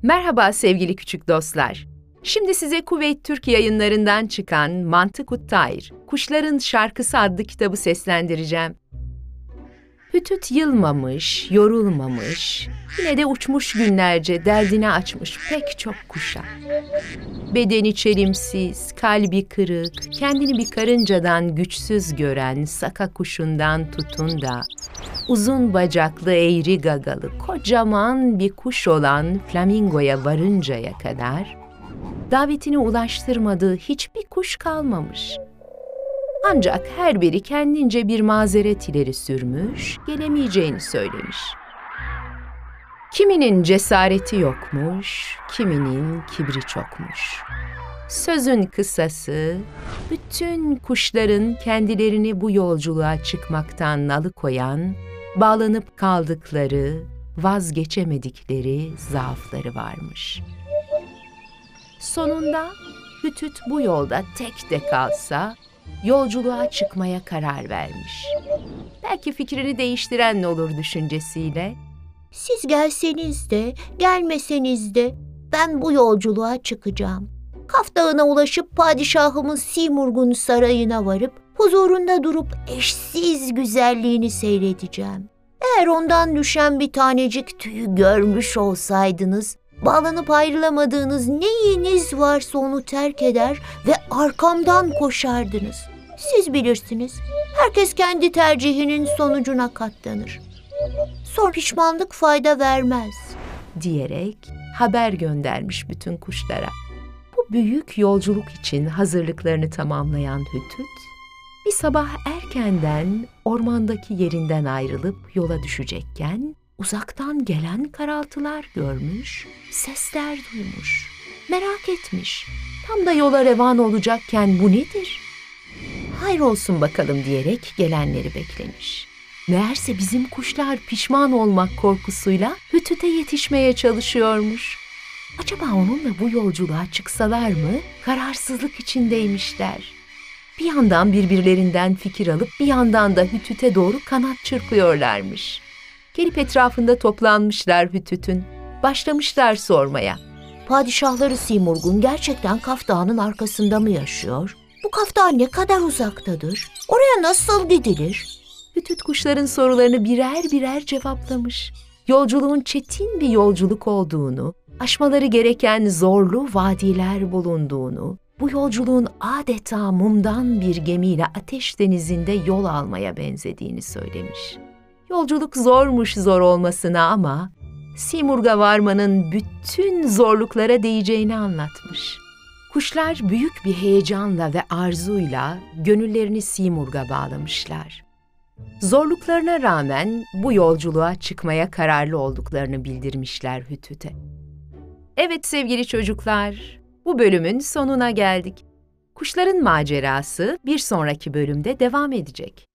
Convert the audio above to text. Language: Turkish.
Merhaba sevgili küçük dostlar. Şimdi size Kuveyt Türk Yayınları'ndan çıkan Mantık-ı Tayr, Kuşların Şarkısı adlı kitabı seslendireceğim. Hütüt yılmamış, yorulmamış, yine de uçmuş günlerce derdini açmış pek çok kuşa. Bedeni çelimsiz, kalbi kırık, kendini bir karıncadan güçsüz gören saka kuşundan tutun da, uzun bacaklı eğri gagalı kocaman bir kuş olan flamingoya varıncaya kadar, davetini ulaştırmadığı hiçbir kuş kalmamış. Ancak her biri kendince bir mazeret ileri sürmüş, gelemeyeceğini söylemiş. Kiminin cesareti yokmuş, kiminin kibri çokmuş. Sözün kısası, bütün kuşların kendilerini bu yolculuğa çıkmaktan alıkoyan, bağlanıp kaldıkları, vazgeçemedikleri zaafları varmış. Sonunda Hütüt bu yolda tek de kalsa, yolculuğa çıkmaya karar vermiş. Belki fikrini değiştiren ne olur düşüncesiyle, "Siz gelseniz de, gelmeseniz de ben bu yolculuğa çıkacağım. Kaf Dağı'na ulaşıp padişahımız Simurg'un sarayına varıp huzurunda durup eşsiz güzelliğini seyredeceğim. Eğer ondan düşen bir tanecik tüyü görmüş olsaydınız, bağlanıp ayrılamadığınız neyiniz varsa onu terk eder ve arkamdan koşardınız. Siz bilirsiniz, herkes kendi tercihinin sonucuna katlanır. Son pişmanlık fayda vermez," diyerek haber göndermiş bütün kuşlara. Bu büyük yolculuk için hazırlıklarını tamamlayan Hütüt, bir sabah erkenden ormandaki yerinden ayrılıp yola düşecekken, uzaktan gelen karaltılar görmüş, sesler duymuş, merak etmiş. Tam da yola revan olacakken bu nedir? Hayrolsun bakalım diyerek gelenleri beklemiş. Meğerse bizim kuşlar pişman olmak korkusuyla Hütüt'e yetişmeye çalışıyormuş. Acaba onunla bu yolculuğa çıksalar mı? Kararsızlık içindeymişler. Bir yandan birbirlerinden fikir alıp bir yandan da Hütüt'e doğru kanat çırpıyorlarmış. Gelip etrafında toplanmışlar Hütüt'ün. Başlamışlar sormaya. "Padişahları Simurg'un gerçekten Kaf Dağı'nın arkasında mı yaşıyor? Bu Kaf Dağı ne kadar uzaktadır? Oraya nasıl gidilir?" Hütüt kuşların sorularını birer birer cevaplamış. Yolculuğun çetin bir yolculuk olduğunu, aşmaları gereken zorlu vadiler bulunduğunu, bu yolculuğun adeta mumdan bir gemiyle ateş denizinde yol almaya benzediğini söylemiş. Yolculuk zormuş zor olmasına ama Simurg'a varmanın bütün zorluklara değeceğini anlatmış. Kuşlar büyük bir heyecanla ve arzuyla gönüllerini Simurg'a bağlamışlar. Zorluklarına rağmen bu yolculuğa çıkmaya kararlı olduklarını bildirmişler Hütüt'e. Evet sevgili çocuklar, bu bölümün sonuna geldik. Kuşların macerası bir sonraki bölümde devam edecek.